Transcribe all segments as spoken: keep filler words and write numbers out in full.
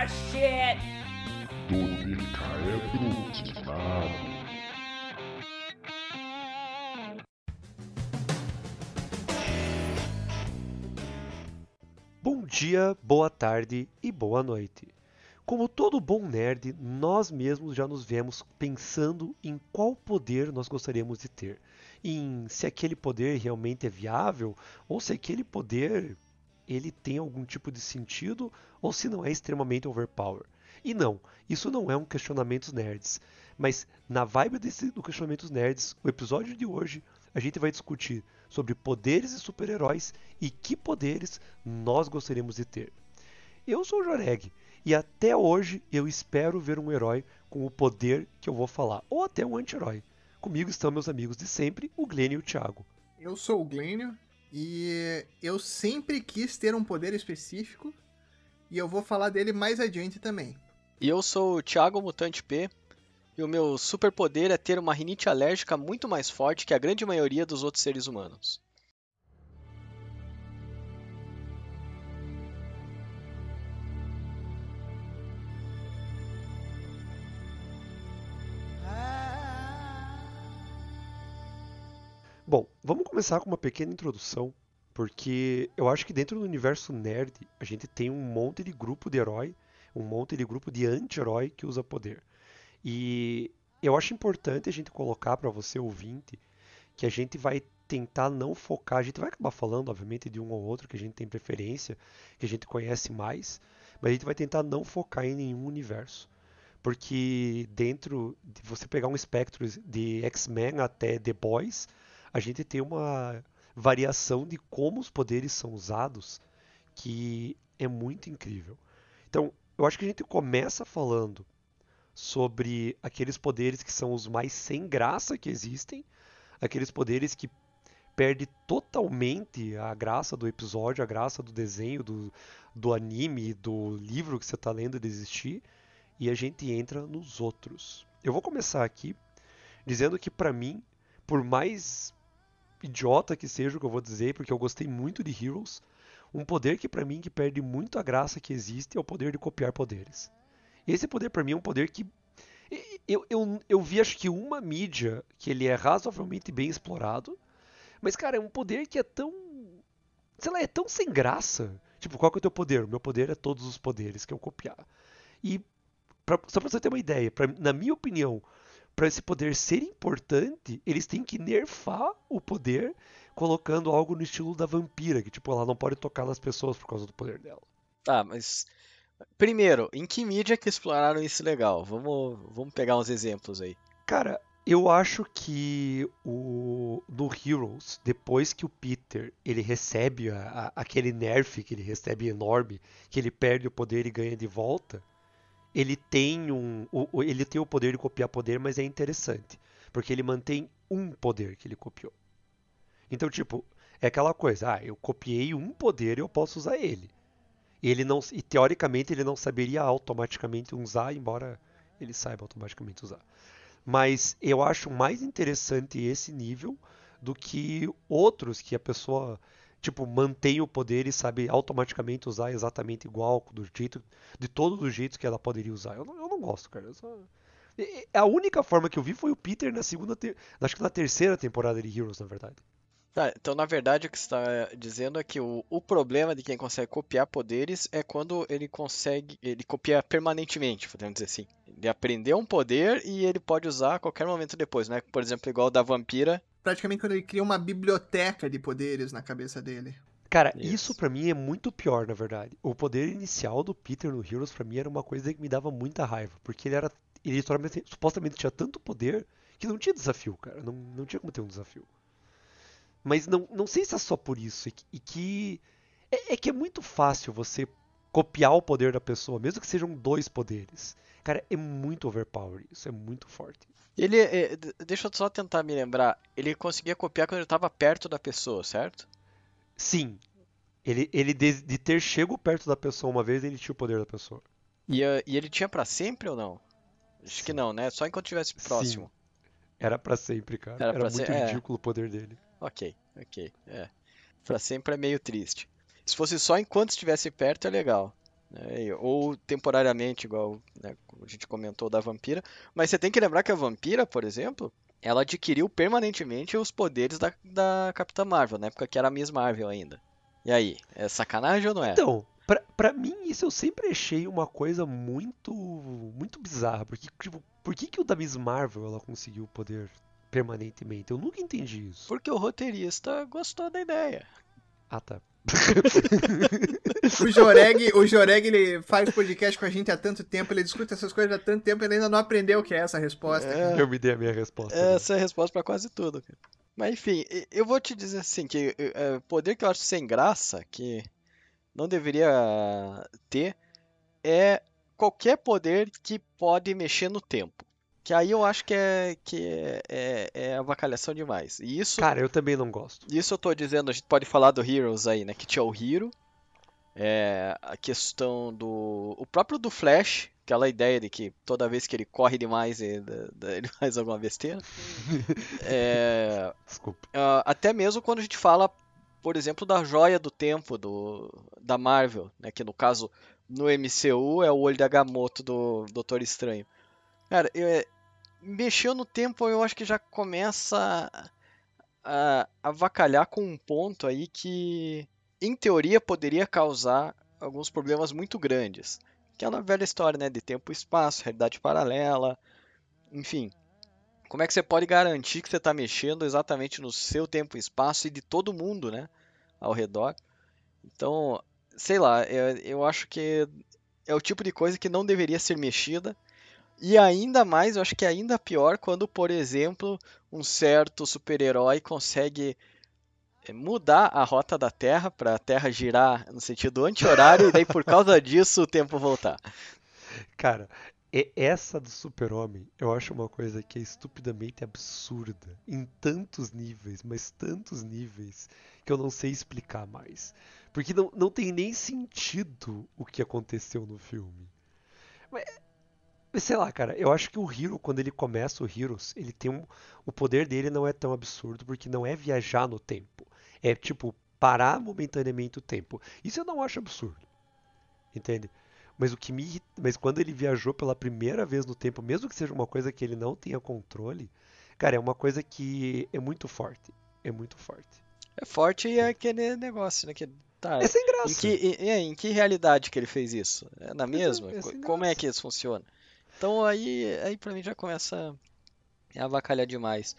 shit! Bom dia, boa tarde e boa noite. Como todo bom nerd, nós mesmos já nos vemos pensando em qual poder nós gostaríamos de ter. Em se aquele poder realmente é viável ou se aquele poder ele tem algum tipo de sentido ou se não é extremamente overpower. E não, isso não é um questionamento nerds, mas na vibe desse, do questionamento nerds, o episódio de hoje a gente vai discutir sobre poderes e super-heróis e que poderes nós gostaríamos de ter. Eu sou o Joreg e até hoje eu espero ver um herói com o poder que eu vou falar, ou até um anti-herói. Comigo estão meus amigos de sempre, o Glenn e o Thiago. Eu sou o Glênio e eu sempre quis ter um poder específico e eu vou falar dele mais adiante também. E eu sou o Thiago Mutante P e o meu superpoder é ter uma rinite alérgica muito mais forte que a grande maioria dos outros seres humanos. Bom, vamos começar com uma pequena introdução, porque eu acho que dentro do universo nerd a gente tem um monte de grupo de herói, um monte de grupo de anti-herói que usa poder. E eu acho importante a gente colocar para você ouvinte que a gente vai tentar não focar, a gente vai acabar falando, obviamente, de um ou outro que a gente tem preferência, que a gente conhece mais, mas a gente vai tentar não focar em nenhum universo. Porque dentro de você pegar um espectro de X-Men até The Boys, a gente tem uma variação de como os poderes são usados que é muito incrível. Então, eu acho que a gente começa falando sobre aqueles poderes que são os mais sem graça que existem, aqueles poderes que perde totalmente a graça do episódio, a graça do desenho, do, do anime, do livro que você está lendo de existir, e a gente entra nos outros. Eu vou começar aqui dizendo que para mim, por mais idiota que seja o que eu vou dizer, porque eu gostei muito de Heroes, um poder que para mim que perde muito a graça que existe é o poder de copiar poderes. Esse poder para mim é um poder que eu, eu, eu vi acho que uma mídia que ele é razoavelmente bem explorado, mas cara, é um poder que é tão, sei lá, é tão sem graça. Tipo, qual que é o teu poder? O meu poder é todos os poderes que eu copiar. E pra, só pra você ter uma ideia, pra, na minha opinião, para esse poder ser importante, eles têm que nerfar o poder colocando algo no estilo da vampira, que tipo, ela não pode tocar nas pessoas por causa do poder dela. Tá, mas primeiro, em que mídia que exploraram isso legal? Vamos, vamos pegar uns exemplos aí. Cara, eu acho que o no Heroes, depois que o Peter ele recebe a, a, aquele nerf que ele recebe enorme, que ele perde o poder e ganha de volta, ele tem um, o, ele tem o poder de copiar poder, mas é interessante, porque ele mantém um poder que ele copiou. Então, tipo, é aquela coisa, ah, eu copiei um poder e eu posso usar ele. E ele não, e teoricamente ele não saberia automaticamente usar, embora ele saiba automaticamente usar. Mas eu acho mais interessante esse nível do que outros que a pessoa tipo mantém o poder e sabe automaticamente usar exatamente igual do jeito de todos os jeitos que ela poderia usar. Eu não, eu não gosto, cara. Eu só... A única forma que eu vi foi o Peter na segunda, te... acho que na terceira temporada de Heroes, na verdade. Tá, então na verdade o que você está dizendo é que o, o problema de quem consegue copiar poderes é quando ele consegue, ele copia permanentemente, podemos dizer assim. Ele aprendeu um poder e ele pode usar a qualquer momento depois, né? Por exemplo, igual o da vampira. Praticamente quando ele cria uma biblioteca de poderes na cabeça dele. Cara, Isso. isso pra mim é muito pior, na verdade. O poder inicial do Peter no Heroes pra mim era uma coisa que me dava muita raiva, porque ele era, ele supostamente tinha tanto poder que não tinha desafio, cara. Não, não tinha como ter um desafio. Mas não, não sei se é só por isso. E que, e que é, é que é muito fácil você copiar o poder da pessoa, mesmo que sejam dois poderes. Cara, é muito overpower isso, é muito forte. Ele, é, d- deixa eu só tentar me lembrar, ele conseguia copiar quando ele estava perto da pessoa, certo? Sim, ele, ele de, de ter chego perto da pessoa uma vez, ele tinha o poder da pessoa. E, ah, e ele tinha pra sempre ou não? Acho que Sim. não, né? Só enquanto estivesse próximo. Sim, era pra sempre, cara. Era Era pra muito ser, é. ridículo o poder dele. Ok, ok, é. Pra sempre é meio triste. Se fosse só enquanto estivesse perto, é legal. né, ou temporariamente, igual, né, a gente comentou da vampira. Mas você tem que lembrar que a vampira, por exemplo, ela adquiriu permanentemente os poderes da, da Capitã Marvel, na época que era a Miss Marvel ainda. E aí, é sacanagem ou não é? Então, pra, pra mim isso eu sempre achei uma coisa muito muito bizarra, porque tipo, por que que o da Miss Marvel ela conseguiu o poder permanentemente? Eu nunca entendi isso. Porque o roteirista gostou da ideia. Ah, tá. O Joreg, o Joreg, ele faz podcast com a gente há tanto tempo, ele discute essas coisas há tanto tempo, ele ainda não aprendeu o que é essa resposta. É, Eu me dei a minha resposta. né? essa é a resposta pra quase tudo, cara. Mas enfim, e- eu vou te dizer assim, que é, poder que eu acho sem graça, que não deveria ter, é qualquer poder que pode mexer no tempo. Que aí eu acho que é, que é, é, é avacalhação demais. E isso, Cara, eu também não gosto. isso eu tô dizendo, a gente pode falar do Heroes aí, né? Que tinha o Hero, é, a questão do. O próprio do Flash, aquela ideia de que toda vez que ele corre demais ele, ele faz alguma besteira. É, Desculpa. ah, até mesmo quando a gente fala, por exemplo, da joia do tempo do, da Marvel, né? Que no caso, no M C U é o olho de Agamotto do Doutor Estranho. Cara, eu, é, mexeu no tempo, eu acho que já começa a, a avacalhar com um ponto aí que, em teoria, poderia causar alguns problemas muito grandes. Aquela velha história, né? De tempo e espaço, realidade paralela, enfim. Como é que você pode garantir que você está mexendo exatamente no seu tempo e espaço e de todo mundo, né, ao redor? Então, sei lá, eu, eu acho que é o tipo de coisa que não deveria ser mexida. E ainda mais, eu acho que é ainda pior quando, por exemplo, um certo super-herói consegue eh, mudar a rota da Terra para a Terra girar no sentido anti-horário e daí por causa disso o tempo voltar. Cara, e- essa do Super-Homem, eu acho uma coisa que é estupidamente absurda. Em tantos níveis, mas tantos níveis, que eu não sei explicar mais. Porque não, não tem nem sentido o que aconteceu no filme. Mas, mas sei lá, cara, eu acho que o Hero, quando ele começa o Heroes, ele tem um. O poder dele não é tão absurdo, porque não é viajar no tempo. É tipo, parar momentaneamente o tempo. Isso eu não acho absurdo. Entende? Mas o que me irri- mas quando ele viajou pela primeira vez no tempo, mesmo que seja uma coisa que ele não tenha controle, cara, é uma coisa que é muito forte. É muito forte. É forte e é Entende? aquele negócio, né? Que, tá, É sem em que, graça. em, é, em que realidade que ele fez isso? É na Pois é, mesma? é Co- sem Como é graça. que isso funciona? Então aí, aí pra mim já começa a avacalhar demais.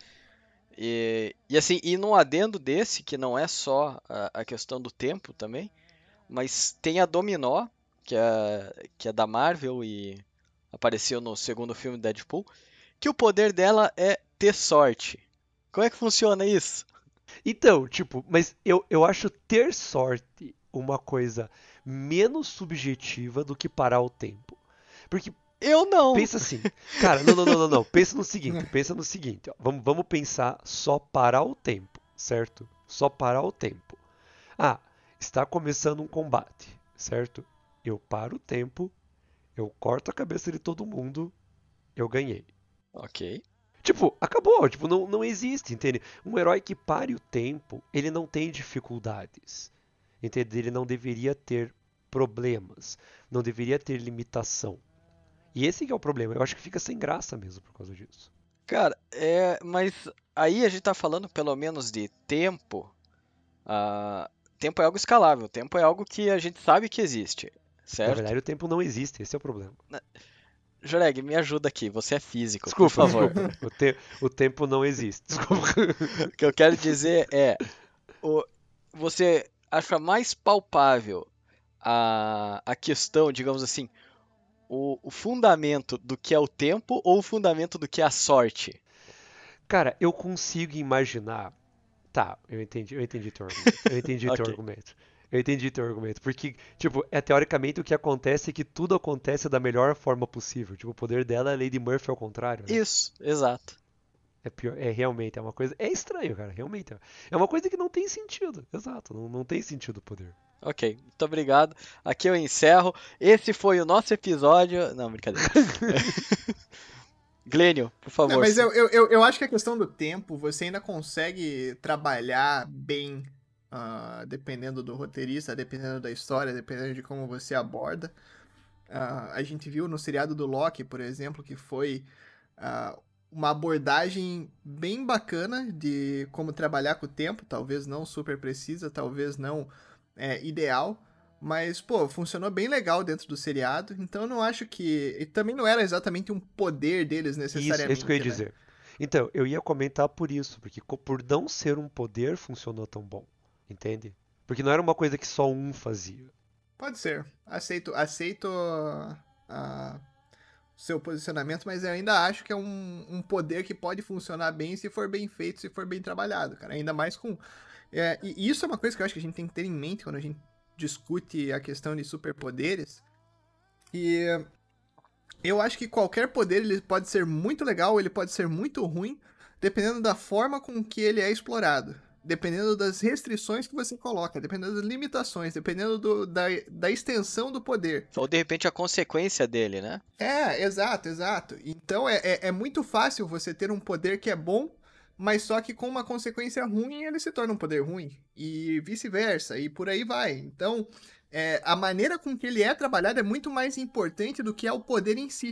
E, e assim, e num adendo desse, que não é só a, a questão do tempo também, mas tem a Dominó, que é, que é da Marvel e apareceu no segundo filme do Deadpool, que o poder dela é ter sorte. Como é que funciona isso? Então, tipo, mas eu, eu acho ter sorte uma coisa menos subjetiva do que parar o tempo. Porque Eu não. pensa assim, cara, não, não, não, não, não. Pensa no seguinte, pensa no seguinte, ó. Vamos, vamos pensar só parar o tempo, certo? Só parar o tempo. Ah, está começando um combate, certo? Eu paro o tempo, eu corto a cabeça de todo mundo, eu ganhei. Ok. Tipo, acabou, tipo, não, não existe, entende? Um herói que pare o tempo, ele não tem dificuldades, entende? Ele não deveria ter problemas, não deveria ter limitação. E esse que é o problema, eu acho que fica sem graça mesmo por causa disso. Cara, é, mas aí a gente tá falando pelo menos de tempo. Ah, tempo é algo escalável, tempo é algo que a gente sabe que existe, Na certo? verdade, o tempo não existe, esse é o problema. Joreg, me ajuda aqui, você é físico, por Desculpa, favor. desculpa, o, te- o tempo não existe, desculpa. O que eu quero dizer é, o- você acha mais palpável a, a questão, digamos assim, o, o fundamento do que é o tempo ou o fundamento do que é a sorte? Cara, eu consigo imaginar. Tá, eu entendi, eu entendi teu argumento. Eu entendi teu Ok. argumento. Eu entendi teu argumento. Porque, tipo, é teoricamente o que acontece é que tudo acontece da melhor forma possível. Tipo, o poder dela é a Lady Murphy ao contrário, né? Isso, exato. É pior, é realmente, é uma coisa. É estranho, cara, realmente. É uma coisa que não tem sentido. Exato, não, não tem sentido o poder. Ok, muito obrigado. Aqui eu encerro. Esse foi o nosso episódio. Não, brincadeira. Glênio, por Não, favor. mas eu, eu, eu, eu acho que a questão do tempo, você ainda consegue trabalhar bem uh, dependendo do roteirista, dependendo da história, dependendo de como você aborda. Uh, a gente viu no seriado do Loki, por exemplo, que foi uh, uma abordagem bem bacana de como trabalhar com o tempo, talvez não super precisa, talvez não é, ideal, mas, pô, funcionou bem legal dentro do seriado, então eu não acho que... E também não era exatamente um poder deles necessariamente, Isso, é isso que eu ia né? dizer. Então, eu ia comentar por isso, porque co- por não ser um poder, funcionou tão bom, entende? Porque não era uma coisa que só um fazia. Pode ser, aceito, aceito a... seu posicionamento, mas eu ainda acho que é um, um poder que pode funcionar bem se for bem feito, se for bem trabalhado, cara. Ainda mais com... É, e isso é uma coisa que eu acho que a gente tem que ter em mente quando a gente discute a questão de superpoderes. E eu acho que qualquer poder ele pode ser muito legal, ele pode ser muito ruim, dependendo da forma com que ele é explorado. Dependendo das restrições que você coloca, dependendo das limitações, dependendo do, da, da extensão do poder. Ou de repente a consequência dele, né? É, exato, exato. Então é, é, é muito fácil você ter um poder que é bom, mas só que com uma consequência ruim ele se torna um poder ruim. E vice-versa, e por aí vai. Então, é, a maneira com que ele é trabalhado é muito mais importante do que é o poder em si.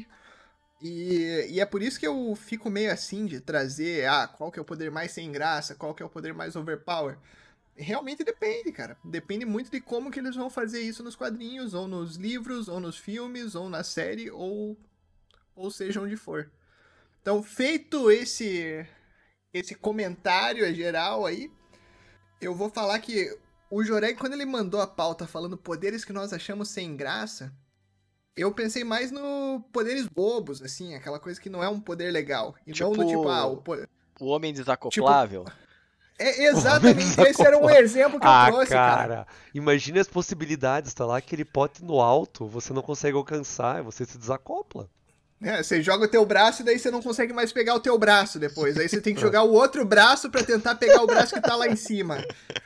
E, e é por isso que eu fico meio assim de trazer, ah, qual que é o poder mais sem graça, qual que é o poder mais overpower. Realmente depende, cara. Depende muito de como que eles vão fazer isso nos quadrinhos, ou nos livros, ou nos filmes, ou na série, ou, ou seja onde for. Então, feito esse, esse comentário geral aí, eu vou falar que o Joreg, quando ele mandou a pauta falando poderes que nós achamos sem graça, eu pensei mais no poderes bobos, assim, aquela coisa que não é um poder legal. E Tipo, não no tipo, ah, o, po- o homem tipo, desacoplável. é exatamente, esse era um exemplo que eu Ah, trouxe, cara. cara, imagine as possibilidades, tá lá aquele pote no alto, você não consegue alcançar, você se desacopla. É, você joga o teu braço e daí você não consegue mais pegar o teu braço depois. Aí você tem que jogar o outro braço pra tentar pegar o braço que tá lá em cima.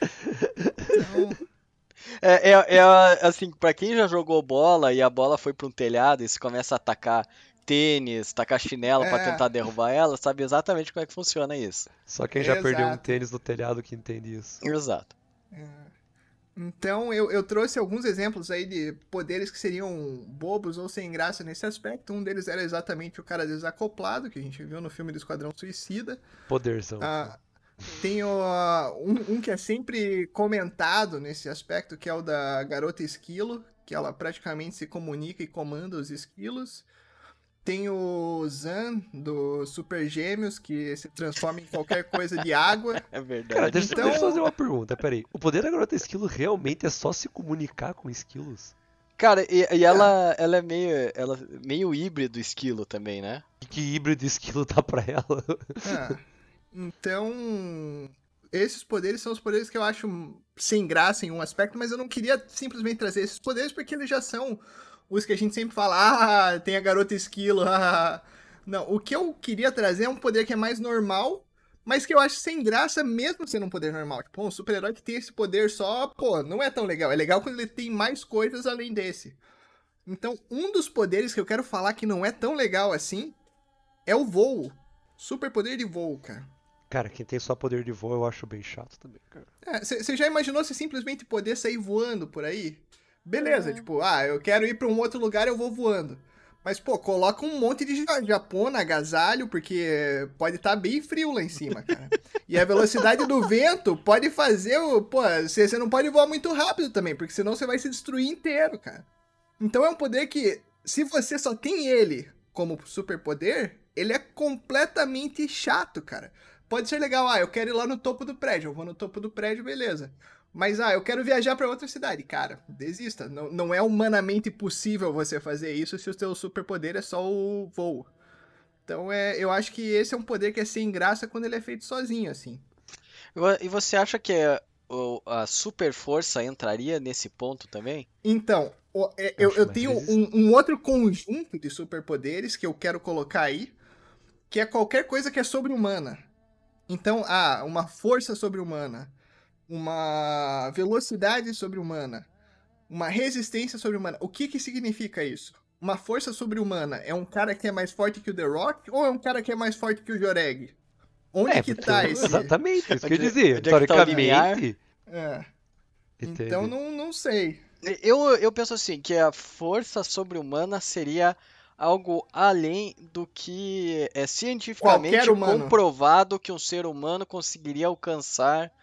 Então, É, é, é assim, pra quem já jogou bola e a bola foi pra um telhado e você começa a atacar tênis, tacar chinelo pra é, tentar derrubar ela, sabe exatamente como é que funciona isso. Só quem já perdeu um exato. tênis no telhado que entende isso. Exato. Então eu, eu trouxe alguns exemplos aí de poderes que seriam bobos ou sem graça nesse aspecto. Um deles era exatamente o cara desacoplado, que a gente viu no filme do Esquadrão Suicida. Poderzão. Ah, tem o, ah, um, um que é sempre comentado nesse aspecto, que é o da garota esquilo, que ela praticamente se comunica e comanda os esquilos. Tem o Zan, do Super Gêmeos, que se transforma em qualquer coisa de água. É Cara, verdade. deixa, Então, deixa eu fazer uma pergunta, peraí. O poder da garota esquilo realmente é só se comunicar com esquilos? Cara, e, e ela, ela é meio, ela, meio híbrido esquilo também, né? E que híbrido esquilo dá pra ela? ah, então, esses poderes são os poderes que eu acho sem graça em um aspecto, mas eu não queria simplesmente trazer esses poderes porque eles já são os que a gente sempre fala, ah, tem a garota esquilo, ah. Não, o que eu queria trazer é um poder que é mais normal, mas que eu acho sem graça mesmo sendo um poder normal. Tipo, um super-herói que tem esse poder só, pô, não é tão legal. É legal quando ele tem mais coisas além desse. Então, um dos poderes que eu quero falar que não é tão legal assim é o voo. Superpoder de voo, cara. Cara, quem tem só poder de voo eu acho bem chato também, cara. Você já imaginou você simplesmente poder sair voando por aí? Beleza, É. tipo, ah, eu quero ir pra um outro lugar, eu vou voando. Mas, pô, coloca um monte de ja- japona, agasalho, porque pode estar bem frio lá em cima, cara. E a velocidade do vento pode fazer o. Pô, você não pode voar muito rápido também, porque senão você vai se destruir inteiro, cara. Então é um poder que, se você só tem ele como superpoder, ele é completamente chato, cara. Pode ser legal, ah, eu quero ir lá no topo do prédio, eu vou no topo do prédio, beleza. Mas, ah, eu quero viajar pra outra cidade. Cara, desista. Não, não é humanamente possível você fazer isso se o seu superpoder é só o voo. Então, é, eu acho que esse é um poder que é sem graça quando ele é feito sozinho, assim. E você acha que a, o- a super força entraria nesse ponto também? Então, o- é, Eu eu, acho eu mais tenho resist- um, um outro conjunto de superpoderes que eu quero colocar aí, que é qualquer coisa que é sobre-humana. Então, ah, uma força sobre-humana, uma velocidade sobre-humana, uma resistência sobre-humana. O que que significa isso? Uma força sobre-humana é um cara que é mais forte que o The Rock ou é um cara que é mais forte que o Joreg? Onde É, que porque- tá esse... exatamente, isso que eu ia Onde- dizer. onde é que tá o limiar? Historicamente, É. Entende? Então não, não sei. Eu, eu penso assim, que a força sobre-humana seria algo além do que é Qualquer cientificamente humano. comprovado que um ser humano conseguiria alcançar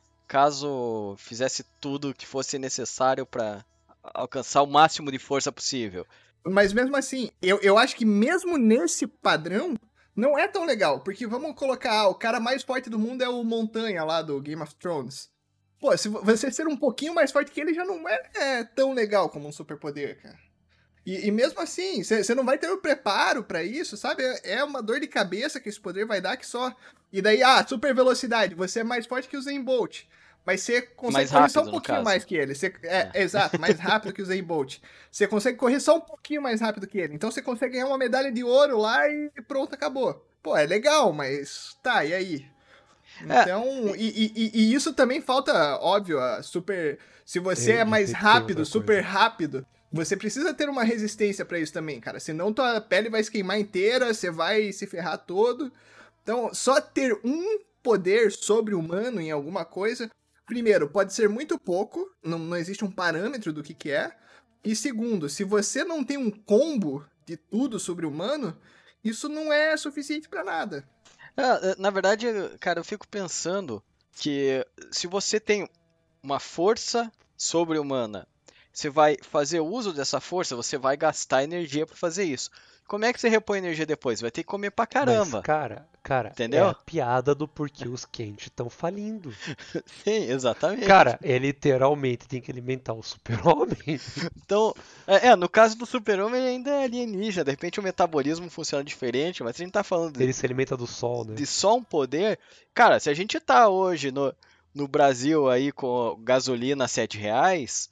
caso fizesse tudo o que fosse necessário para alcançar o máximo de força possível. Mas mesmo assim, eu, eu acho que mesmo nesse padrão, não é tão legal. Porque vamos colocar, ah, o cara mais forte do mundo é o Montanha lá do Game of Thrones. Pô, se você ser um pouquinho mais forte que ele já não é, é tão legal como um superpoder, cara. E, e mesmo assim, você não vai ter o preparo pra isso, sabe? É é uma dor de cabeça que esse poder vai dar que só. E daí, ah, super velocidade, você é mais forte que o Usain Bolt. Mas você consegue Mais correr só um rápido, no pouquinho caso. mais que ele. Você, é, É. exato, mais rápido que o Usain Bolt. Você consegue correr só um pouquinho mais rápido que ele. Então você consegue ganhar uma medalha de ouro lá e pronto, acabou. Pô, é legal, mas tá, e aí? É, Então, e, e- e isso também falta, óbvio, a super. Se você É, é mais isso aí tem rápido, outra super coisa. rápido, você precisa ter uma resistência pra isso também, cara. Senão tua pele vai se queimar inteira, você vai se ferrar todo. Então, só ter um poder sobre-humano em alguma coisa, primeiro, pode ser muito pouco, não, não existe um parâmetro do que, que é. E segundo, se você não tem um combo de tudo sobre-humano, isso não é suficiente pra nada. é, na verdade, cara, eu fico pensando que se você tem uma força sobre-humana, você vai fazer uso dessa força, você vai gastar energia para fazer isso. Como é que você repõe energia depois? Vai ter que comer pra Mas, caramba, cara, cara, é entendeu? a piada do porquê os quentes estão falindo. Sim, exatamente. Cara, é literalmente tem que alimentar o super-homem. Então, é, é, no caso do super-homem ele ainda é alienígena, de repente o metabolismo funciona diferente, mas se a gente tá falando de, Ele se alimenta do sol, né? de só um poder, cara, se a gente tá hoje no, no Brasil aí com gasolina a sete reais,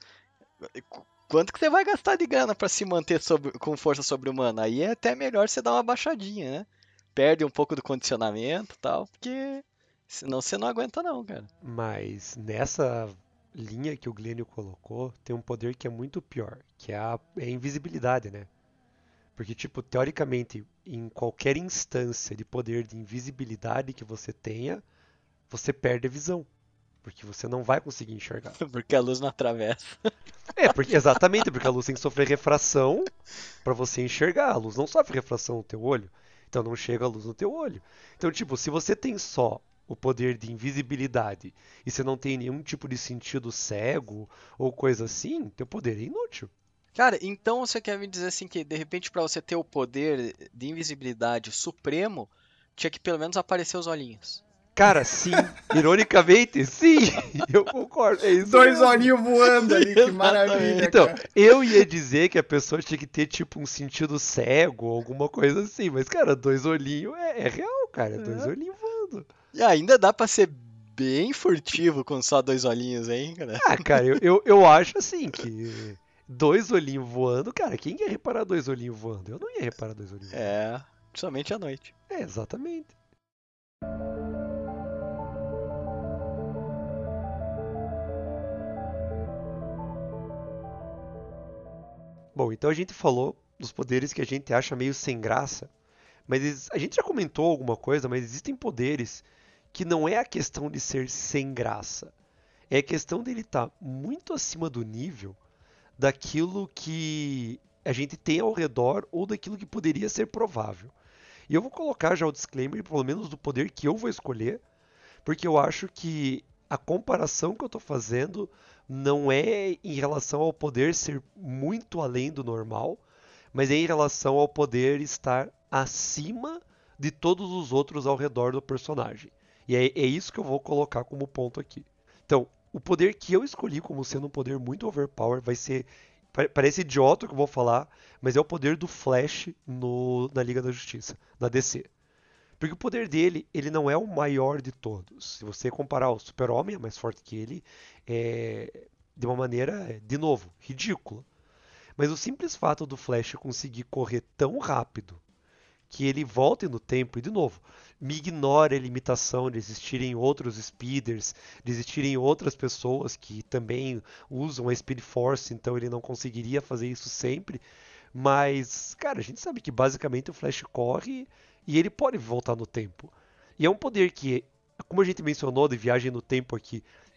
qu- quanto que você vai gastar de grana pra se manter sobre- com força sobre-humana? Aí é até melhor você dar uma baixadinha, né? Perde um pouco do condicionamento e tal, porque senão você não aguenta não, cara. Mas nessa linha que o Glênio colocou, tem um poder que é muito pior, que é a, é a invisibilidade, né? Porque, tipo, teoricamente, em qualquer instância de poder de invisibilidade que você tenha, você perde a visão. Porque você não vai conseguir enxergar. Porque a luz não atravessa. É, porque, exatamente, porque a luz tem que sofrer refração para você enxergar. A luz não sofre refração no teu olho. Então não chega a luz no teu olho. Então, tipo, se você tem só o poder de invisibilidade e você não tem nenhum tipo de sentido cego ou coisa assim, teu poder é inútil. Cara, então você quer me dizer assim que de repente pra você ter o poder de invisibilidade supremo, tinha que pelo menos aparecer os olhinhos. Cara, sim, ironicamente, sim, eu concordo, é isso Dois mesmo. olhinhos voando ali, que maravilha, Então, cara. eu ia dizer que a pessoa tinha que ter tipo um sentido cego ou alguma coisa assim, mas cara, dois olhinhos é, é real, cara, dois É. olhinhos voando. E ainda dá pra ser bem furtivo com só dois olhinhos, hein, cara? Ah, cara, eu, eu, eu acho assim que dois olhinhos voando, cara, quem ia reparar dois olhinhos voando? Eu não ia reparar dois olhinhos voando. É, somente à noite. É, exatamente. Bom, então a gente falou dos poderes que a gente acha meio sem graça, mas a gente já comentou alguma coisa, mas existem poderes que não é a questão de ser sem graça, é a questão dele estar muito acima do nível daquilo que a gente tem ao redor ou daquilo que poderia ser provável. E eu vou colocar já o disclaimer, pelo menos do poder que eu vou escolher, porque eu acho que a comparação que eu estou fazendo não é em relação ao poder ser muito além do normal, mas é em relação ao poder estar acima de todos os outros ao redor do personagem. E é, é isso que eu vou colocar como ponto aqui. Então, o poder que eu escolhi como sendo um poder muito overpower vai ser. Parece idiota o que eu vou falar, mas é o poder do Flash no, na Liga da Justiça, na D C. Porque o poder dele, ele não é o maior de todos. Se você comparar o Super-Homem, é mais forte que ele, é, de uma maneira, de novo, ridícula. Mas o simples fato do Flash conseguir correr tão rápido que ele volte no tempo, e de novo, me ignora a limitação de existirem outros speeders, de existirem outras pessoas que também usam a Speed Force, então ele não conseguiria fazer isso sempre. Mas, cara, a gente sabe que basicamente o Flash corre e ele pode voltar no tempo. E é um poder que, como a gente mencionou de viagem no tempo aqui,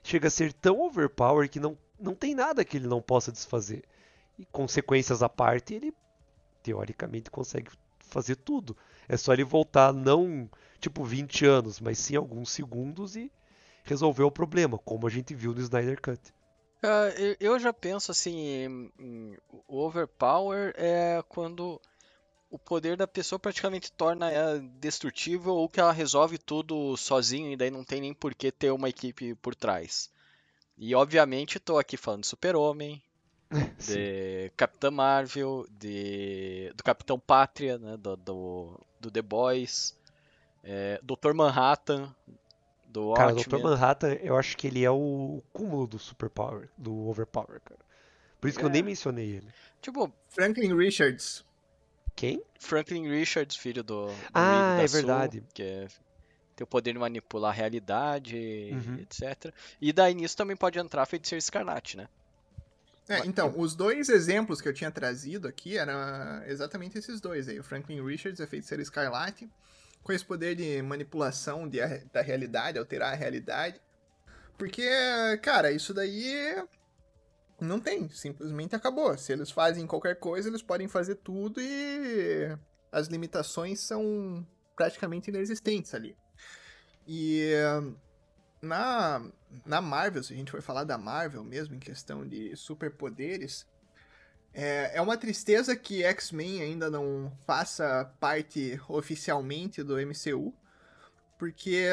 chega a ser tão overpower que não, não tem nada que ele não possa desfazer. E consequências à parte, ele teoricamente consegue fazer tudo. É só ele voltar não tipo vinte anos, mas sim alguns segundos e resolver o problema, como a gente viu no Snyder Cut. Ah, eu, eu já penso assim, em- em- o overpower é quando o poder da pessoa praticamente torna ela destrutível ou que ela resolve tudo sozinho e daí não tem nem por que ter uma equipe por trás. E obviamente estou aqui falando de Super-Homem, Sim. de Capitã Marvel, de, do Capitão Pátria, né, do, do, do The Boys, é, doutor Manhattan, do Cara, o doutor Watchmen. Manhattan, eu acho que ele é o cúmulo do superpower, do overpower, cara. Por isso que eu nem É, mencionei ele. tipo, Franklin Richards. Quem? Franklin Richards, filho do, do Reed Ah, da é Sul, verdade. que é, tem o poder de manipular a realidade, Uhum. etcétera. E daí nisso também pode entrar a Feiticeira Escarlate, né? É, Mas- então, os dois exemplos que eu tinha trazido aqui eram exatamente esses dois aí. O Franklin Richards, a Feiticeira Escarlate, com esse poder de manipulação de, da realidade, alterar a realidade. Porque, cara, isso daí não tem, simplesmente acabou. Se eles fazem qualquer coisa, eles podem fazer tudo e as limitações são praticamente inexistentes ali. E na, na Marvel, se a gente for falar da Marvel mesmo, em questão de superpoderes, é, é uma tristeza que X-Men ainda não faça parte oficialmente do M C U, porque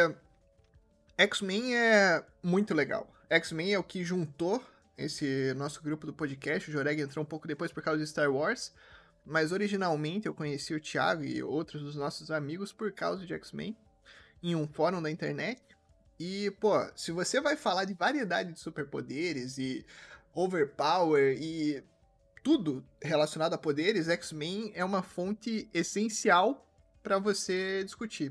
X-Men é muito legal. X-Men é o que juntou esse nosso grupo do podcast. O Joreg entrou um pouco depois por causa de Star Wars, mas originalmente eu conheci o Thiago e outros dos nossos amigos por causa de X-Men em um fórum da internet. E, pô, se você vai falar de variedade de superpoderes e overpower e tudo relacionado a poderes, X-Men é uma fonte essencial para você discutir.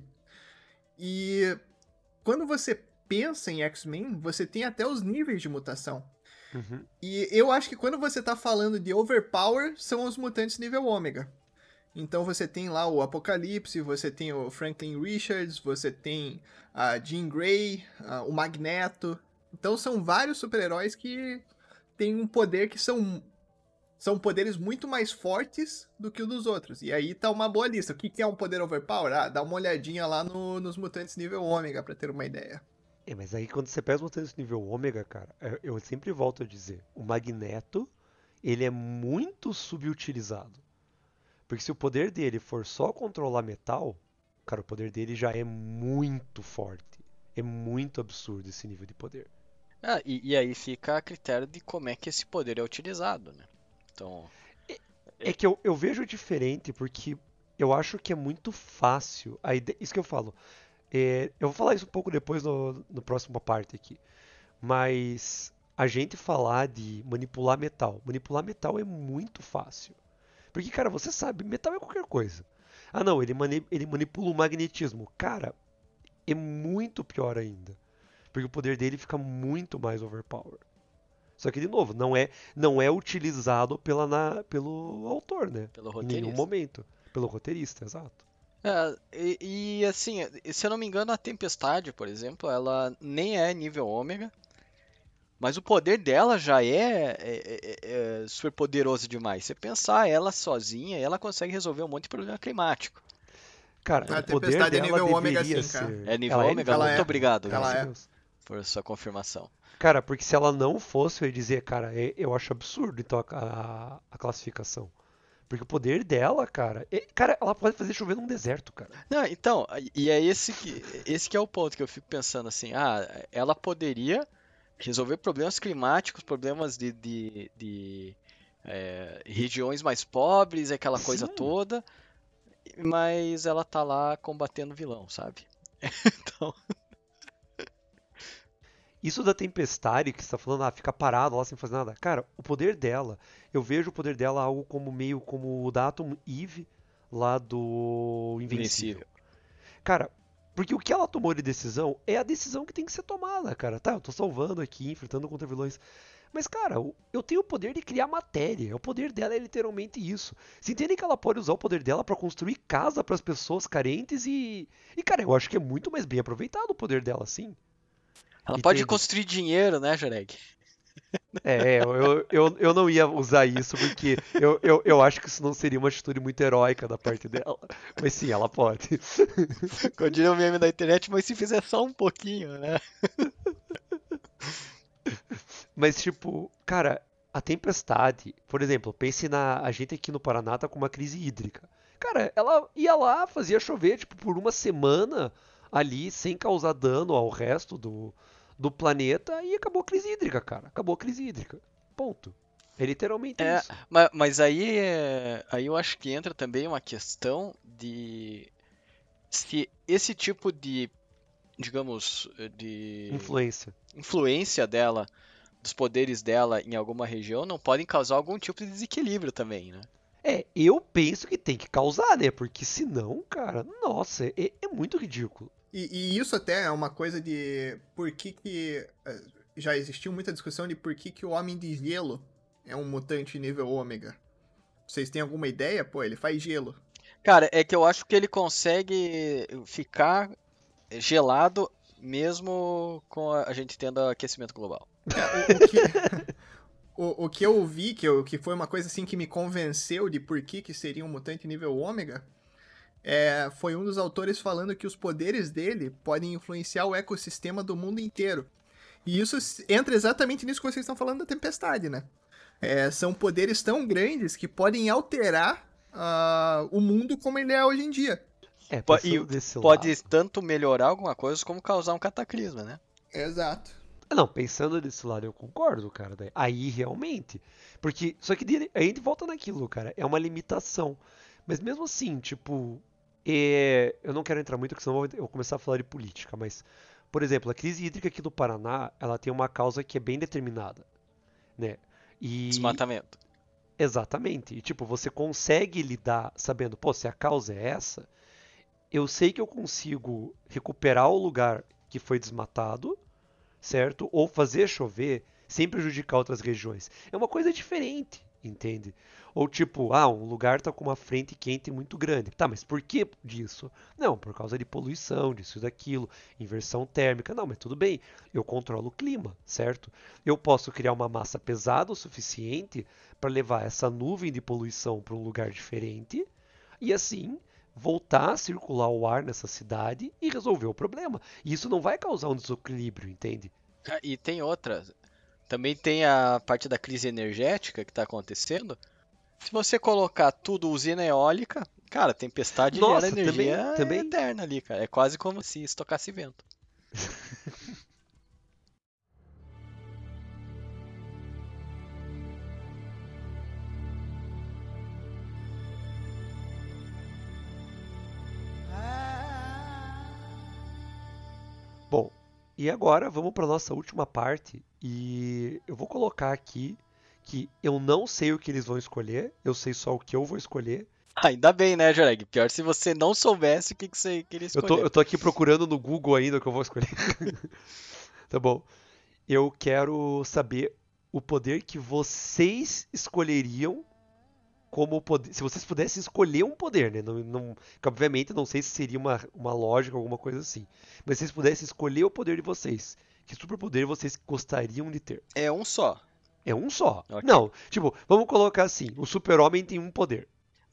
E quando você pensa em X-Men, você tem até os níveis de mutação. Uhum. E eu acho que quando você tá falando de overpower, são os mutantes nível ômega. Então você tem lá o Apocalipse, você tem o Franklin Richards, você tem a Jean Grey, a- o Magneto. Então são vários super-heróis que têm um poder que são, são poderes muito mais fortes do que o dos outros. E aí tá uma boa lista. O que que é um poder overpower? Ah, dá uma olhadinha lá no- nos mutantes nível ômega pra ter uma ideia. É, mas aí quando você pega os mutantes nível ômega, cara, eu eu sempre volto a dizer, o Magneto, ele é muito subutilizado. Porque se o poder dele for só controlar metal, cara, o poder dele já é muito forte. É muito absurdo esse nível de poder. Ah, e, e aí fica a critério de como é que esse poder é utilizado, né? Então, É que eu, eu vejo diferente porque eu acho que é muito fácil. A ide- Isso que eu falo. É, eu vou falar isso um pouco depois no, no próximo parte aqui. Mas a gente falar de manipular metal. Manipular metal é muito fácil. Porque, cara, você sabe, metal é qualquer coisa. Ah, não, ele, mani- ele manipula o magnetismo. Cara, é muito pior ainda. Porque o poder dele fica muito mais overpower. Só que, de novo, não é, não é utilizado pela, na- pelo autor, né? pelo Em nenhum roteirista. momento. Pelo roteirista, exato. É, e, e, assim, se eu não me engano, a Tempestade, por exemplo, ela nem é nível ômega, mas o poder dela já é, é- é- é super poderoso demais. Você pensar ela sozinha, ela consegue resolver um monte de problema climático. Cara, A o poder tempestade é dela nível ômega deveria sim, cara. ser. É nível Ela é ômega? nível Ela Muito é. ômega? obrigado, Graças Ela a é. Deus. por sua confirmação. Cara, porque se ela não fosse, eu ia dizer, cara, é- eu acho absurdo então a, a- a classificação. Porque o poder dela, cara, é- cara, ela pode fazer chover num deserto, cara. Não, então, e é esse que, esse que é o ponto que eu fico pensando assim, ah, ela poderia resolver problemas climáticos, problemas de, de, de, é, regiões mais pobres, aquela coisa Sim. toda, mas ela tá lá combatendo vilão, sabe? Então, Isso da tempestade que você tá falando, ah, fica parado lá sem fazer nada. Cara, o poder dela, eu vejo o poder dela algo como meio como o da Atom Eve lá do Invencível. invencível. Cara, porque o que ela tomou de decisão é a decisão que tem que ser tomada, cara. Tá, eu tô salvando aqui, enfrentando contra vilões. Mas, cara, o- eu tenho o poder de criar matéria. O poder dela é literalmente isso. Você entende que ela pode usar o poder dela pra construir casa pras pessoas carentes e. E, cara, eu acho que é muito mais bem aproveitado o poder dela, sim. Ela pode entende? construir dinheiro, né, Joreg? É, eu, eu, eu, eu não ia usar isso porque eu, eu, eu acho que isso não seria uma atitude muito heróica da parte dela. Mas sim, ela pode. Como diria o meme da internet, mas se fizer só um pouquinho, né? Mas, tipo, cara, a tempestade, por exemplo, pense na. A gente aqui no Paraná tá com uma crise hídrica. Cara, ela ia lá, fazia chover, tipo, por uma semana ali, sem causar dano ao resto do, do planeta, e acabou a crise hídrica, cara. Acabou a crise hídrica. Ponto. É literalmente É, isso. ma- mas aí, é- aí eu acho que entra também uma questão de se esse tipo de, digamos, de Influência. influência dela, dos poderes dela em alguma região, não podem causar algum tipo de desequilíbrio também, né? É, eu penso que tem que causar, né? Porque senão, cara, nossa, é, é muito ridículo. E, e isso até é uma coisa de por que que... eh, Já existiu muita discussão de por que que o Homem de Gelo é um mutante nível ômega. Vocês têm alguma ideia? Pô, ele faz gelo. Cara, é que eu acho que ele consegue ficar gelado mesmo com a a gente tendo aquecimento global. É, o, o que... O, o que eu vi, que, eu, que foi uma coisa assim que me convenceu de por que, que seria um mutante nível ômega, é, foi um dos autores falando que os poderes dele podem influenciar o ecossistema do mundo inteiro. E isso s- entra exatamente nisso que vocês estão falando da tempestade, né? É, são poderes tão grandes que podem alterar ah, o mundo como ele é hoje em dia. É, Po- E pensando desse pode lado. tanto melhorar alguma coisa como causar um cataclisma, né? Exato. Ah, não, pensando desse lado eu concordo, cara. daí- Aí realmente. Porque. Só que daí- aí a gente volta naquilo, cara. É uma limitação. Mas mesmo assim, tipo. é, Eu não quero entrar muito, porque senão eu vou eu vou começar a falar de política. Mas, por exemplo, a crise hídrica aqui do Paraná, ela tem uma causa que é bem determinada, né? E. Desmatamento. Exatamente. E, tipo, você consegue lidar sabendo, pô, se a causa é essa, eu sei que eu consigo recuperar o lugar que foi desmatado, certo? Ou fazer chover sem prejudicar outras regiões. É uma coisa diferente, entende? Ou tipo, ah, um lugar tá com uma frente quente muito grande. Tá, mas por que disso? Não, por causa de poluição, disso e daquilo, inversão térmica. Não, mas tudo bem, eu controlo o clima, certo? Eu posso criar uma massa pesada o suficiente para levar essa nuvem de poluição para um lugar diferente e assim voltar a circular o ar nessa cidade e resolver o problema. E isso não vai causar um desequilíbrio, entende? Ah, e tem outra. Também tem a parte da crise energética que está acontecendo. Se você colocar tudo usina eólica, cara, tempestade gera Nossa, também, energia também. eterna ali, cara. É quase como se estocasse vento. Bom, e agora vamos para nossa última parte e eu vou colocar aqui que eu não sei o que eles vão escolher, eu sei só o que eu vou escolher. Ainda bem, né, Joreg? Pior se você não soubesse o que, que você queria Eu tô, escolher. eu tô aqui procurando no Google ainda o que eu vou escolher. Tá bom. Eu quero saber o poder que vocês escolheriam como poder. Se vocês pudessem escolher um poder, né? Não, não, que obviamente não sei se seria uma, uma lógica, alguma coisa assim. Mas se vocês pudessem escolher o poder de vocês, que superpoder vocês gostariam de ter? É um só. É um só. Ok. Não, tipo, vamos colocar assim: o super-homem tem um poder,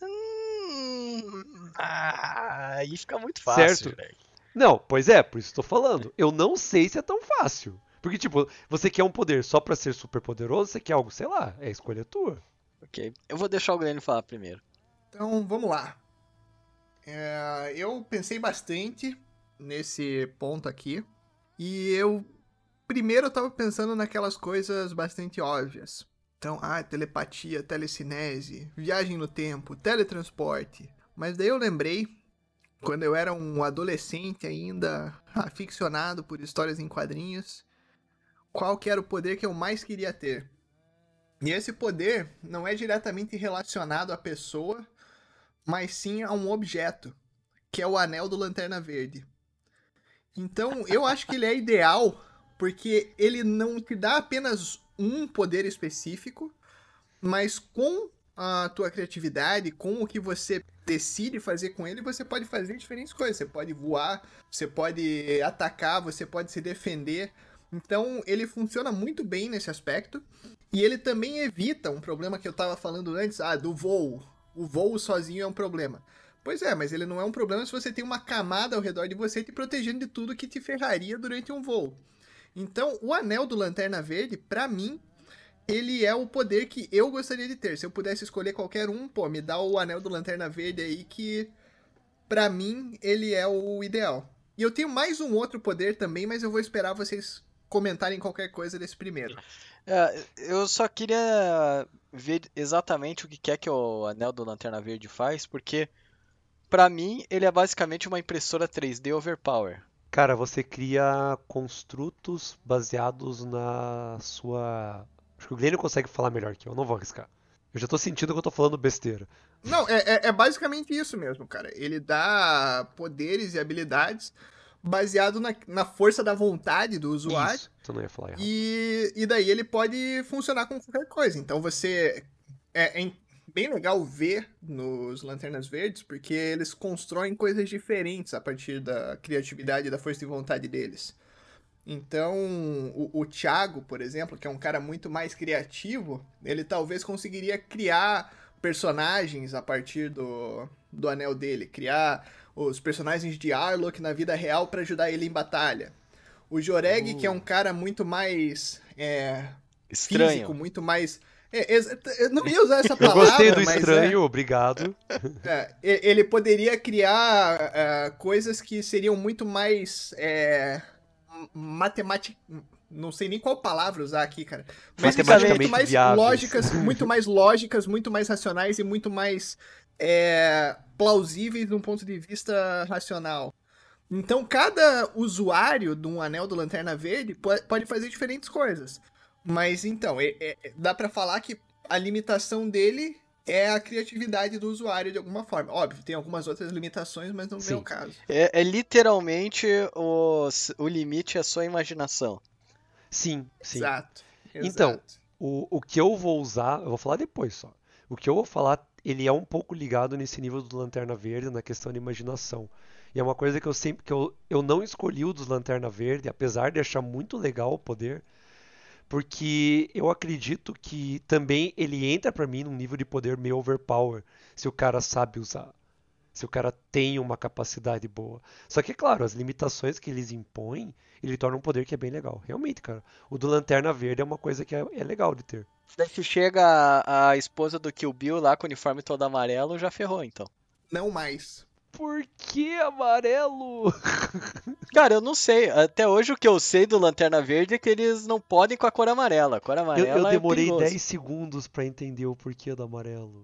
Hum, ah, aí fica muito fácil, certo? Joreg. Não, pois é, por isso que tô falando. Eu não sei se é tão fácil. Porque, tipo, você quer um poder só pra ser super poderoso, você quer algo, sei lá, é escolha tua. Ok. Eu vou deixar o Glenn falar primeiro. Então, vamos lá. É, eu pensei bastante nesse ponto aqui. E eu. Primeiro eu tava pensando naquelas coisas bastante óbvias. Então, ah, telepatia, telecinese, viagem no tempo, teletransporte. Mas daí eu lembrei, quando eu era um adolescente ainda, aficionado por histórias em quadrinhos, qual que era o poder que eu mais queria ter. E esse poder não é diretamente relacionado à pessoa, mas sim a um objeto, que é o Anel do Lanterna Verde. Então, eu acho que ele é ideal, porque ele não te dá apenas um poder específico, mas com a tua criatividade, com o que você decide fazer com ele, você pode fazer diferentes coisas. Você pode voar, você pode atacar, você pode se defender. Então, ele funciona muito bem nesse aspecto. E ele também evita um problema que eu tava falando antes, ah, do voo. O voo sozinho é um problema. Pois é, mas ele não é um problema se você tem uma camada ao redor de você te protegendo de tudo que te ferraria durante um voo. Então, o anel do Lanterna Verde, pra mim, ele é o poder que eu gostaria de ter. Se eu pudesse escolher qualquer um, pô, me dá o anel do Lanterna Verde aí que, pra mim, ele é o ideal. E eu tenho mais um outro poder também, mas eu vou esperar vocês comentarem qualquer coisa desse primeiro. É, eu só queria ver exatamente o que é que o anel do Lanterna Verde faz, porque pra mim ele é basicamente uma impressora três D overpower. Cara, você cria construtos baseados na sua. Acho que o Glenn consegue falar melhor que eu, não vou arriscar. Eu já tô sentindo que eu tô falando besteira. Não, é, é, é basicamente isso mesmo, cara. Ele dá poderes e habilidades baseado na, na força da vontade do usuário. Isso, tu não ia falar errado. E, e daí ele pode funcionar com qualquer coisa. Então você. É, é bem legal ver nos Lanternas Verdes, porque eles constroem coisas diferentes a partir da criatividade e da força de vontade deles. Então, o, o Thiago, por exemplo, que é um cara muito mais criativo, ele talvez conseguiria criar personagens a partir do, do anel dele, criar os personagens de Arlok na vida real para ajudar ele em batalha. O Joreg, Uh. que é um cara muito mais é, Estranho. físico, muito mais... É, eu não ia usar essa Eu palavra, gostei do mas estranho, obrigado. é, é, ele poderia criar é, coisas que seriam muito mais é, matemática, não sei nem qual palavra usar aqui, cara. Mas que seriam muito mais viáveis. lógicas, muito mais lógicas, muito mais racionais e muito mais é, plausíveis de um ponto de vista racional. Então, cada usuário de um anel do Lanterna Verde pode fazer diferentes coisas. Mas então, é, é, dá pra falar que a limitação dele é a criatividade do usuário de alguma forma. Óbvio, tem algumas outras limitações, mas não é o caso. É, é literalmente o, o limite é a sua imaginação. Sim, sim. Exato. Então, exato. o, o que eu vou usar, eu vou falar depois só. O que eu vou falar, ele é um pouco ligado nesse nível do Lanterna Verde, na questão de imaginação. E é uma coisa que eu sempre, que eu, eu não escolhi o dos Lanterna Verde, apesar de achar muito legal o poder, porque eu acredito que também ele entra pra mim num nível de poder meio overpower, se o cara sabe usar. Se o cara tem uma capacidade boa. Só que, é claro, as limitações que eles impõem, ele torna um poder que é bem legal. Realmente, cara. O do Lanterna Verde é uma coisa que é, é legal de ter. Daí se chega a, a esposa do Kill Bill lá com o uniforme todo amarelo, já ferrou, então. Não mais. Por que amarelo? Cara, eu não sei. Até hoje o que eu sei do Lanterna Verde é que eles não podem com a cor amarela. A cor Eu, amarela eu demorei é perigoso. dez segundos pra entender o porquê do amarelo.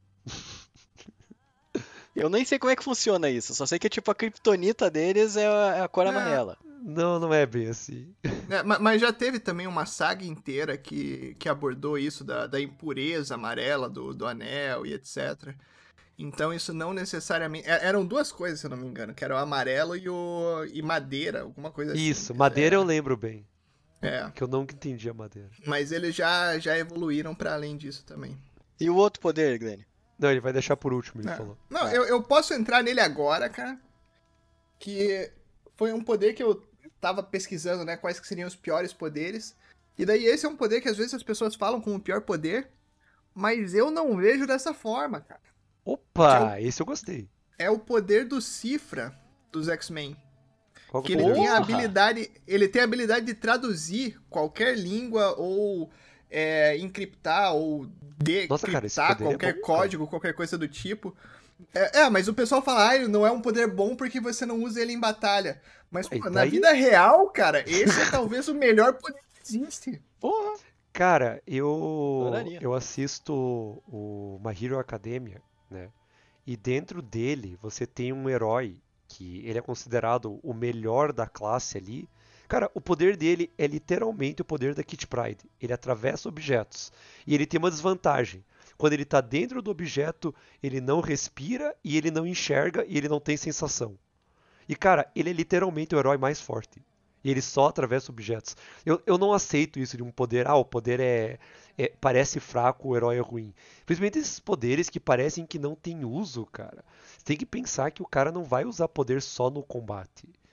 Eu nem sei como é que funciona isso. Só sei que tipo a kriptonita deles é a, é a cor É. amarela. Não, não é bem assim. É, ma- mas já teve também uma saga inteira que, que abordou isso da, da impureza amarela do, do anel e etcétera. Então isso não necessariamente... é- Eram duas coisas, se eu não me engano, que era o amarelo e o e madeira, alguma coisa assim. Isso, madeira é, eu lembro bem. É, Que eu nunca entendi a madeira. mas eles já, já evoluíram pra além disso também. E o outro poder, Glenn? Não, ele vai deixar por último, ele É. falou. Não, eu, eu posso entrar nele agora, cara. Que foi um poder que eu tava pesquisando, né? Quais que seriam os piores poderes. E daí esse é um poder que às vezes as pessoas falam como o pior poder. Mas eu não vejo dessa forma, cara. Opa, esse eu gostei. É o poder do Cifra dos X-Men. Qual Que que é o ele poder? tem a Porra! habilidade. Ele tem a habilidade de traduzir qualquer língua ou é, encriptar ou Nossa, cara, esse decriptar poder é qualquer bom, cara. código, qualquer coisa do tipo. É, é, mas o pessoal fala, ah, não é um poder bom porque você não usa ele em batalha. Mas, Aí, pô, tá na aí. vida real, cara, esse é talvez o melhor poder que existe. Porra! Cara, eu Adoraria. eu assisto o My Hero Academia, né? E dentro dele você tem um herói que ele é considerado o melhor da classe ali. Cara, o poder dele é literalmente o poder da Kitty Pryde. Ele atravessa objetos e ele tem uma desvantagem. Quando ele tá dentro do objeto, ele não respira e ele não enxerga e ele não tem sensação. E cara, ele é literalmente o herói mais forte. E ele só atravessa objetos. Eu, eu não aceito isso de um poder. Ah, o poder é, é- parece fraco, o herói é ruim. Principalmente esses poderes que parecem que não tem uso, cara. Você tem que pensar que o cara não vai usar poder só no combate.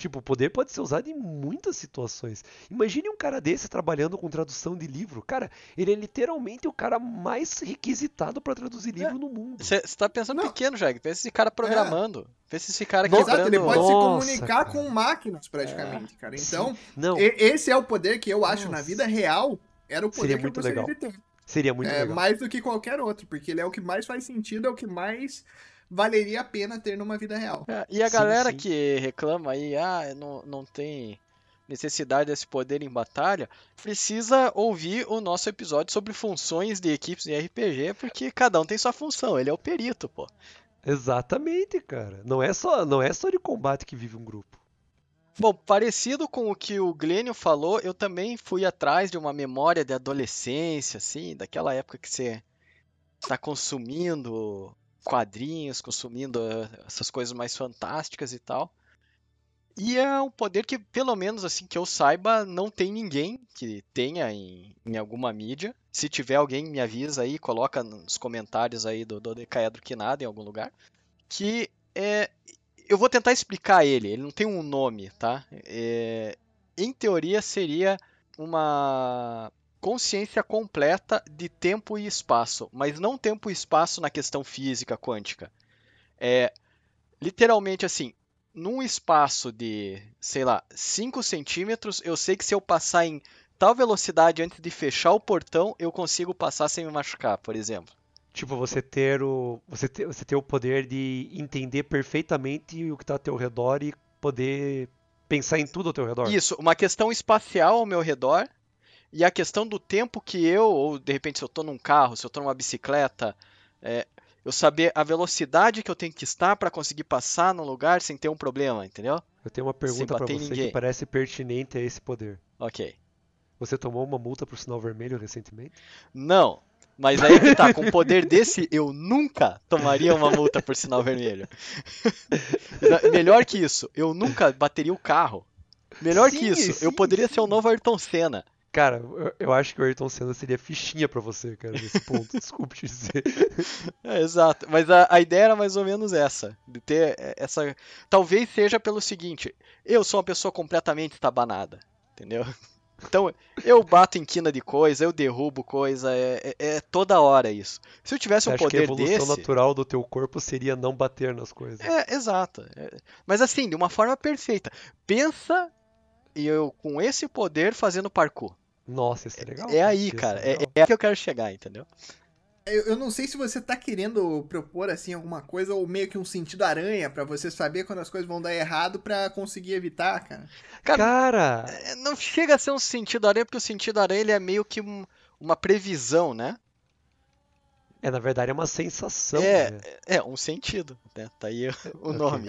Tipo, o poder pode ser usado em muitas situações. Imagine um cara desse trabalhando com tradução de livro. Cara, ele é literalmente o cara mais requisitado para traduzir livro no mundo. Você tá pensando Não. pequeno, Jag. Pensa esse cara programando. Pensa esse cara Exato, quebrando... ele pode se Nossa, comunicar cara. com máquinas, praticamente, cara. Então, Não, e- esse é o poder que eu acho, na Nossa. vida real, era o poder Seria que eu muito gostaria legal. de ter. seria muito É, legal. mais do que qualquer outro, porque ele é o que mais faz sentido, é o que mais valeria a pena ter numa vida real. É, e a Sim, galera sim. que reclama aí, ah, não, não tem necessidade desse poder em batalha, precisa ouvir o nosso episódio sobre funções de equipes de R P G, porque cada um tem sua função, ele é o perito, pô. Exatamente, cara. Não é só, não é só de combate que vive um grupo. Bom, parecido com o que o Glênio falou, eu também fui atrás de uma memória de adolescência, assim, daquela época que você está consumindo quadrinhos, consumindo eh, essas coisas mais fantásticas e tal. E é um poder que, pelo menos assim que eu saiba, não tem ninguém que tenha em, em alguma mídia. Se tiver alguém, me avisa aí, coloca nos comentários aí do, do Decaedro Quinado em algum lugar. Que é. Eu vou tentar explicar ele, ele não tem um nome, tá? É, em teoria seria uma consciência completa de tempo e espaço, mas não tempo e espaço na questão física quântica. É literalmente assim, num espaço de, sei lá, cinco centímetros, eu sei que se eu passar em tal velocidade antes de fechar o portão, eu consigo passar sem me machucar, por exemplo. Tipo, você ter o, você ter, você ter o poder de entender perfeitamente o que está ao teu redor e poder pensar em tudo ao teu redor. Isso, uma questão espacial ao meu redor e a questão do tempo que eu, ou de repente se eu estou num carro, se eu estou numa bicicleta, é, eu saber a velocidade que eu tenho que estar para conseguir passar no lugar sem ter um problema, entendeu? Eu tenho uma pergunta pra bater em você ninguém. que parece pertinente a esse poder. Ok. Você tomou uma multa por sinal vermelho recentemente? Não, mas aí que tá, com um poder desse, eu nunca tomaria uma multa por sinal vermelho. Melhor que isso, eu nunca bateria o carro. Melhor Sim, que isso, eu sim, poderia ser o sim. novo Ayrton Senna. Cara, eu, eu acho que o Ayrton Senna seria fichinha pra você, cara, nesse ponto. Desculpe te dizer. É, exato, mas a, a ideia era mais ou menos essa, de ter essa... Talvez seja pelo seguinte, eu sou uma pessoa completamente estabanada, entendeu? Então, eu bato em quina de coisa, eu derrubo coisa, é, é, é toda hora isso. Se eu tivesse Você um acha que a poder evolução desse... natural do teu corpo seria não bater nas coisas? É, exato. É, mas assim, de uma forma perfeita. Pensa eu com esse poder fazendo parkour. Nossa, isso é legal. É aí, Isso cara. é É, legal. é aí que eu quero chegar, entendeu? Eu, eu não sei se você tá querendo propor, assim, alguma coisa, ou meio que um sentido aranha, pra você saber quando as coisas vão dar errado pra conseguir evitar, cara. Cara, Cara, é, não chega a ser um sentido aranha, porque o sentido aranha ele é meio que um- uma previsão, né? é na verdade é uma sensação, É, né? é um sentido, né? Tá aí o Ok. nome.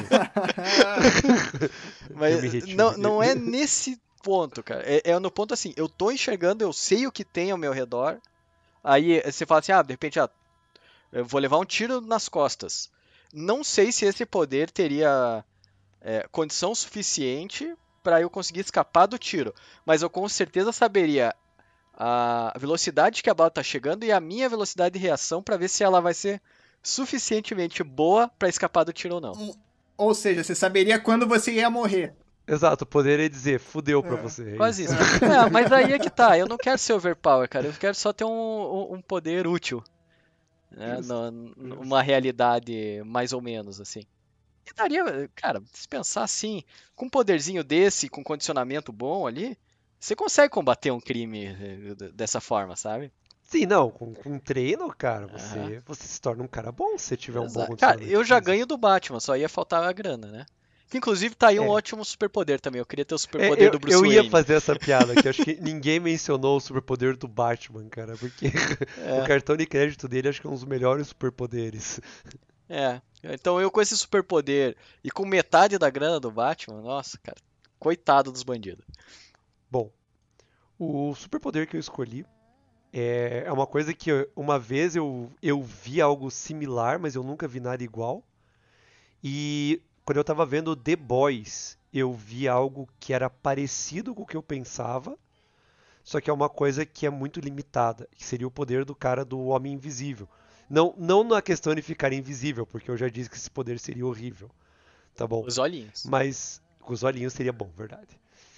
Eu me Mas retiro. não, não é nesse ponto, cara. É, é no ponto assim, eu tô enxergando, eu sei o que tem ao meu redor. Aí você fala assim, ah, de repente, ah, eu vou levar um tiro nas costas. Não sei se esse poder teria é, condição suficiente para eu conseguir escapar do tiro, mas eu com certeza saberia a velocidade que a bala tá chegando e a minha velocidade de reação para ver se ela vai ser suficientemente boa para escapar do tiro ou não. Ou seja, você saberia quando você ia morrer. Exato, poderia dizer, fudeu pra É, você. é Quase isso. isso. É, mas aí é que tá. Eu não quero ser overpower, cara. Eu quero só ter um, um- um poder útil. Né? Justo, No- justo. Numa realidade mais ou menos, assim. E daria, cara, se pensar assim, com um poderzinho desse, com condicionamento bom ali, você consegue combater um crime eh, d- dessa forma, sabe? Sim, não, com, com treino, cara, Aham. você, você se torna um cara bom se você tiver um bom Exato. Cara, condicionamento eu já físico. ganho do Batman, só ia faltar a grana, né? Que inclusive tá aí um É. ótimo superpoder também. Eu queria ter o É, superpoder eu, do Bruce eu ia Wayne. fazer essa piada, que eu acho que ninguém mencionou o superpoder do Batman, cara, porque o É. cartão de crédito dele acho que é um dos melhores superpoderes. É, então eu com esse superpoder e com metade da grana do Batman, nossa, cara, coitado dos bandidos. Bom, o superpoder que eu escolhi é, é uma coisa que eu- uma vez eu, eu vi algo similar, mas eu nunca vi nada igual. E quando eu tava vendo The Boys, eu vi algo que era parecido com o que eu pensava, só que é uma coisa que é muito limitada, que seria o poder do cara do Homem Invisível. Não, não na questão de ficar invisível, porque eu já disse que esse poder seria horrível, tá bom? Os olhinhos. Mas Com os olhinhos seria bom, verdade.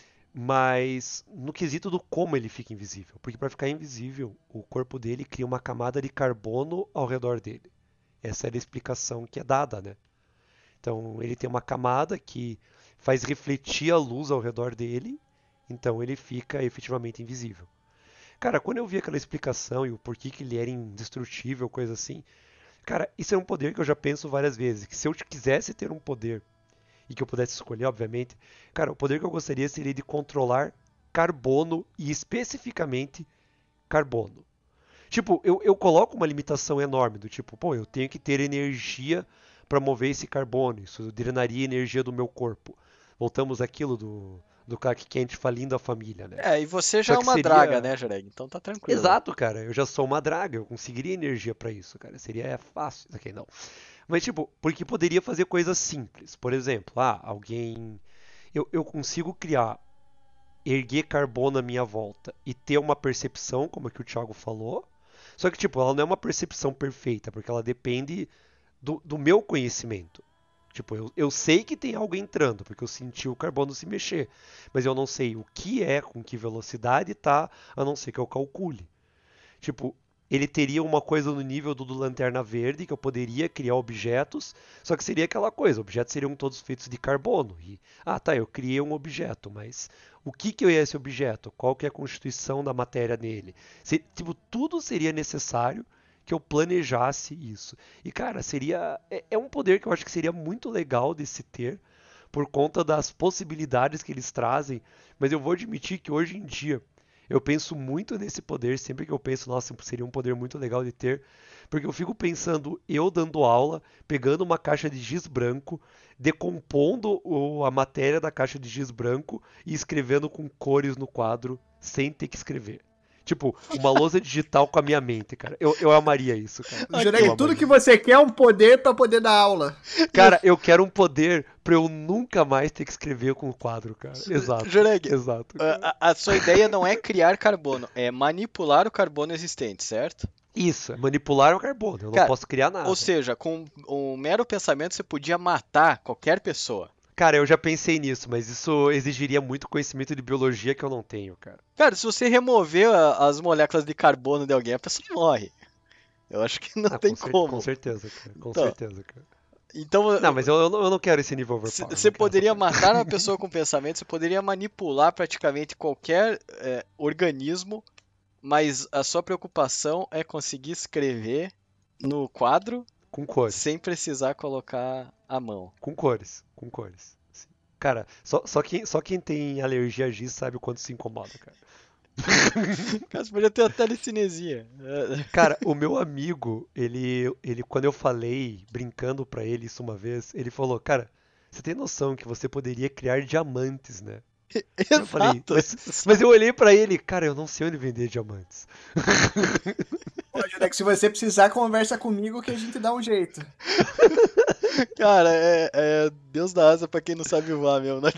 Mas no quesito do como ele fica invisível. Porque para ficar invisível, o corpo dele cria uma camada de carbono ao redor dele. Essa era a explicação que é dada, né? Então ele tem uma camada que faz refletir a luz ao redor dele, então ele fica efetivamente invisível. Cara, quando eu vi aquela explicação e o porquê que ele era indestrutível, coisa assim, cara, isso é um poder que eu já penso várias vezes, que se eu quisesse ter um poder e que eu pudesse escolher, obviamente, cara, o poder que eu gostaria seria de controlar carbono e especificamente carbono. Tipo, eu, eu coloco uma limitação enorme do tipo, pô, eu tenho que ter energia para mover esse carbono, isso drenaria energia do meu corpo. Voltamos àquilo do, do Clark Kent falindo a família, né? É, e você já Só é que uma seria- draga, né, Joreg? Então tá tranquilo. Exato, cara. Eu já sou uma draga, eu conseguiria energia pra isso, cara. Seria fácil. Isso aqui não. Mas, tipo, porque poderia fazer coisas simples. Por exemplo, ah, alguém. Eu, eu consigo criar, erguer carbono à minha volta e ter uma percepção, como é que o Thiago falou. Só que, tipo, ela não é uma percepção perfeita, porque ela depende do, do meu conhecimento. Tipo, eu, eu sei que tem algo entrando, porque eu senti o carbono se mexer. Mas eu não sei o que é, com que velocidade tá, a não ser que eu calcule. Tipo, ele teria uma coisa no nível do, do Lanterna Verde, que eu poderia criar objetos, só que seria aquela coisa, objetos seriam todos feitos de carbono. E, ah, tá, eu criei um objeto, mas o que, que é esse objeto? Qual que é a constituição da matéria nele? Se, tipo, tudo seria necessário que eu planejasse isso. E, cara, seria. É, é um poder que eu acho que seria muito legal de se ter, por conta das possibilidades que eles trazem. Mas eu vou admitir que hoje em dia eu penso muito nesse poder, sempre que eu penso, nossa, seria um poder muito legal de ter, porque eu fico pensando eu dando aula, pegando uma caixa de giz branco, decompondo o- a matéria da caixa de giz branco e escrevendo com cores no quadro sem ter que escrever. Tipo, uma lousa digital com a minha mente, cara. Eu, eu amaria isso, cara. Eu Joreg, tudo amaria. que você quer é um poder pra poder dar aula. Cara, eu quero um poder pra eu nunca mais ter que escrever com o quadro, cara. Exato. Joreg, Exato. cara. A, a- a sua ideia não é criar carbono, é manipular o carbono existente, certo? Isso, é manipular o carbono. Eu não Cara, posso criar nada. Ou seja, com um mero pensamento você podia matar qualquer pessoa. Cara, eu já pensei nisso, mas isso exigiria muito conhecimento de biologia que eu não tenho, cara. Cara, se você remover a- as moléculas de carbono de alguém, a pessoa morre. Eu acho que não Ah, tem com, cer- como. com certeza, cara. Com Então, certeza, cara. Então, Não, mas eu, eu não, eu não quero esse nível overpower. eu você não quero poderia essa parte. matar uma pessoa com pensamento, você poderia manipular praticamente qualquer é, organismo, mas a sua preocupação é conseguir escrever no quadro Com cores. sem precisar colocar a mão. Com cores. Com cores. Sim. Cara, só, só, quem, só quem tem alergia a giz sabe o quanto se incomoda, cara. Cara, você podia ter a telecinesia. É, Cara, o meu amigo, ele, ele, quando eu falei, brincando pra ele isso uma vez, ele falou, cara, você tem noção que você poderia criar diamantes, né? Eu falei, Exato. mas, mas eu olhei pra ele, cara, eu não sei onde vender diamantes. Pô, Joreg, se você precisar, conversa comigo que a gente dá um jeito. Cara, é, é Deus dá asa pra quem não sabe voar mesmo, né?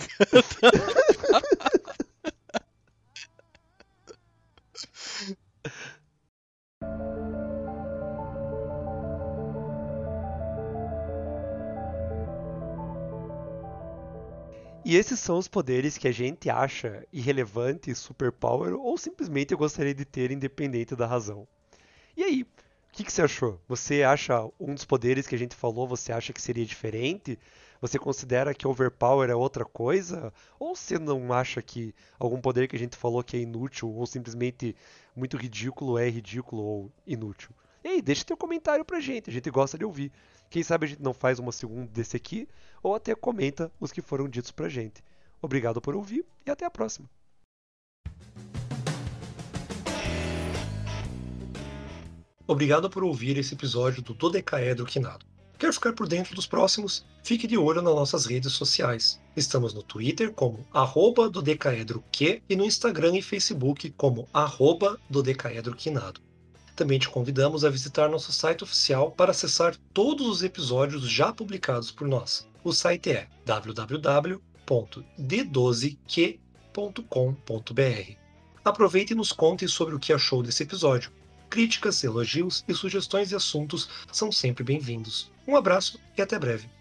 E esses são os poderes que a gente acha irrelevante, superpower, ou simplesmente eu gostaria de ter independente da razão. E aí, o que, que você achou? Você acha um dos poderes que a gente falou, você acha que seria diferente? Você considera que overpower é outra coisa? Ou você não acha que algum poder que a gente falou que é inútil ou simplesmente muito ridículo é ridículo ou inútil? E aí, deixa teu comentário pra gente, a gente gosta de ouvir. Quem sabe a gente não faz uma segunda desse aqui, ou até comenta os que foram ditos pra gente. Obrigado por ouvir e até a próxima. Obrigado por ouvir esse episódio do Dodecaedro Quinado. Quer ficar por dentro dos próximos? Fique de olho nas nossas redes sociais. Estamos no Twitter como arroba dodecaedroq e no Instagram e Facebook como arroba dodecaedroquinado. Também te convidamos a visitar nosso site oficial para acessar todos os episódios já publicados por nós. O site é w w w ponto d doze q ponto com ponto b r. Aproveite e nos conte sobre o que achou desse episódio. Críticas, elogios e sugestões de assuntos são sempre bem-vindos. Um abraço e até breve.